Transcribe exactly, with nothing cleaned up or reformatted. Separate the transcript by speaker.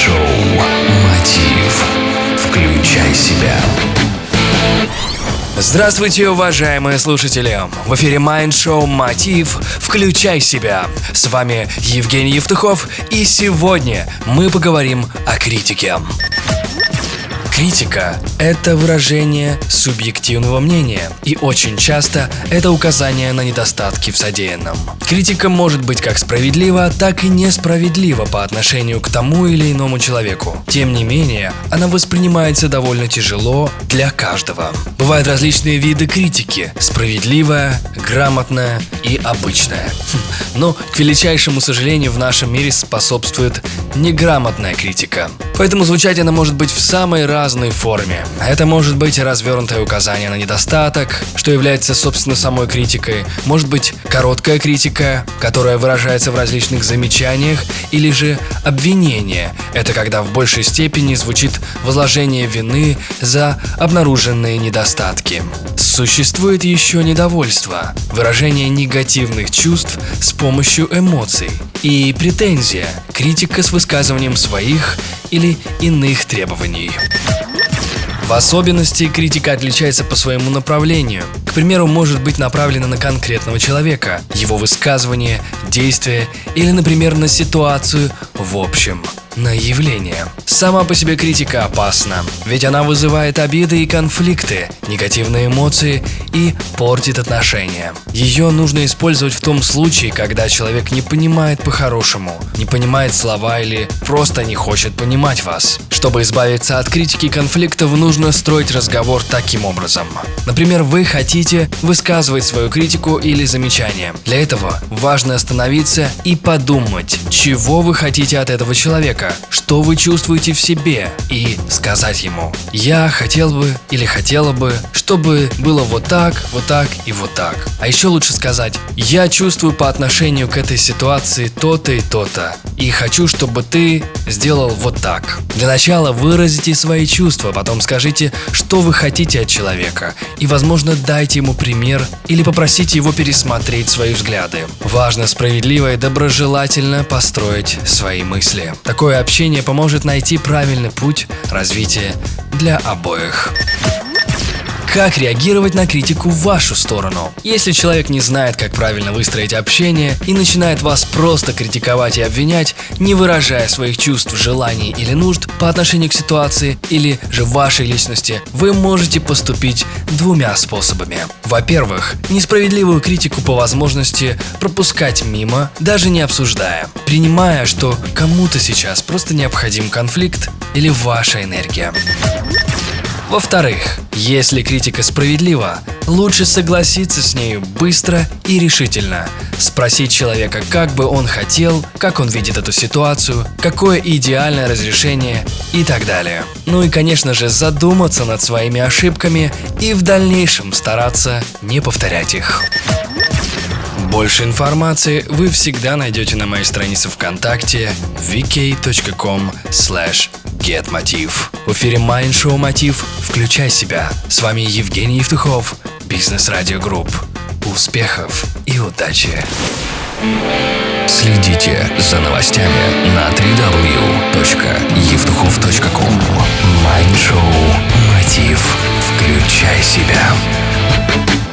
Speaker 1: Майнд-шоу «Мотив». Включай себя.
Speaker 2: Здравствуйте, уважаемые слушатели! В эфире Майнд-шоу «Мотив. Включай себя». С вами Евгений Евтухов, и сегодня мы поговорим о критике. Критика – это выражение субъективного мнения, и очень часто это указание на недостатки в содеянном. Критика может быть как справедлива, так и несправедлива по отношению к тому или иному человеку. Тем не менее, она воспринимается довольно тяжело для каждого. Бывают различные виды критики – справедливая, грамотная и обычная. Но, к величайшему сожалению, в нашем мире способствует неграмотная критика. Поэтому звучать она может быть в самой разной форме. Это может быть развернутое указание на недостаток, что является, собственно, самой критикой. Может быть короткая критика, которая выражается в различных замечаниях, или же обвинение. Это когда в большей степени звучит возложение вины за обнаруженные недостатки. Существует еще недовольство, выражение негативных чувств с помощью эмоций, и претензия, критика с высказыванием своих или иных требований. В особенности критика отличается по своему направлению. К примеру, может быть направлена на конкретного человека, его высказывание, действие или, например, на ситуацию в общем, на явление. Сама по себе критика опасна, ведь она вызывает обиды и конфликты, негативные эмоции и портит отношения. Ее нужно использовать в том случае, когда человек не понимает по-хорошему, не понимает слова или просто не хочет понимать вас. Чтобы избавиться от критики и конфликтов, нужно строить разговор таким образом. Например, вы хотите высказывать свою критику или замечание. Для этого важно остановиться и подумать, чего вы хотите от этого человека, что вы чувствуете в себе, и сказать ему: «Я хотел бы или хотела бы, чтобы было вот так, вот так и вот так». А еще лучше сказать: «Я чувствую по отношению к этой ситуации то-то и то-то, и хочу, чтобы ты сделал вот так». Для начала выразите свои чувства, потом скажите, что вы хотите от человека, и, возможно, дайте ему пример или попросите его пересмотреть свои взгляды. Важно справедливо и доброжелательно построить свои мысли. Такое общение поможет найти правильный путь развития для обоих. Как реагировать на критику в вашу сторону? Если человек не знает, как правильно выстроить общение и начинает вас просто критиковать и обвинять, не выражая своих чувств, желаний или нужд по отношению к ситуации или же вашей личности, вы можете поступить двумя способами. Во-первых, несправедливую критику по возможности пропускать мимо, даже не обсуждая, принимая, что кому-то сейчас просто необходим конфликт или ваша энергия. Во-вторых, если критика справедлива, лучше согласиться с нею быстро и решительно. Спросить человека, как бы он хотел, как он видит эту ситуацию, какое идеальное разрешение и так далее. Ну и, конечно же, задуматься над своими ошибками и в дальнейшем стараться не повторять их. Больше информации вы всегда найдете на моей странице ВКонтакте ви кей точка ком слэш гет мотив. В эфире Майнд-шоу «Мотив». Включай себя. С вами Евгений Евтухов, Бизнес Радио Групп. Успехов и удачи!
Speaker 1: Следите за новостями на дабл ю дабл ю дабл ю точка евтухов точка ком. Майнд-шоу «Мотив». Включай себя.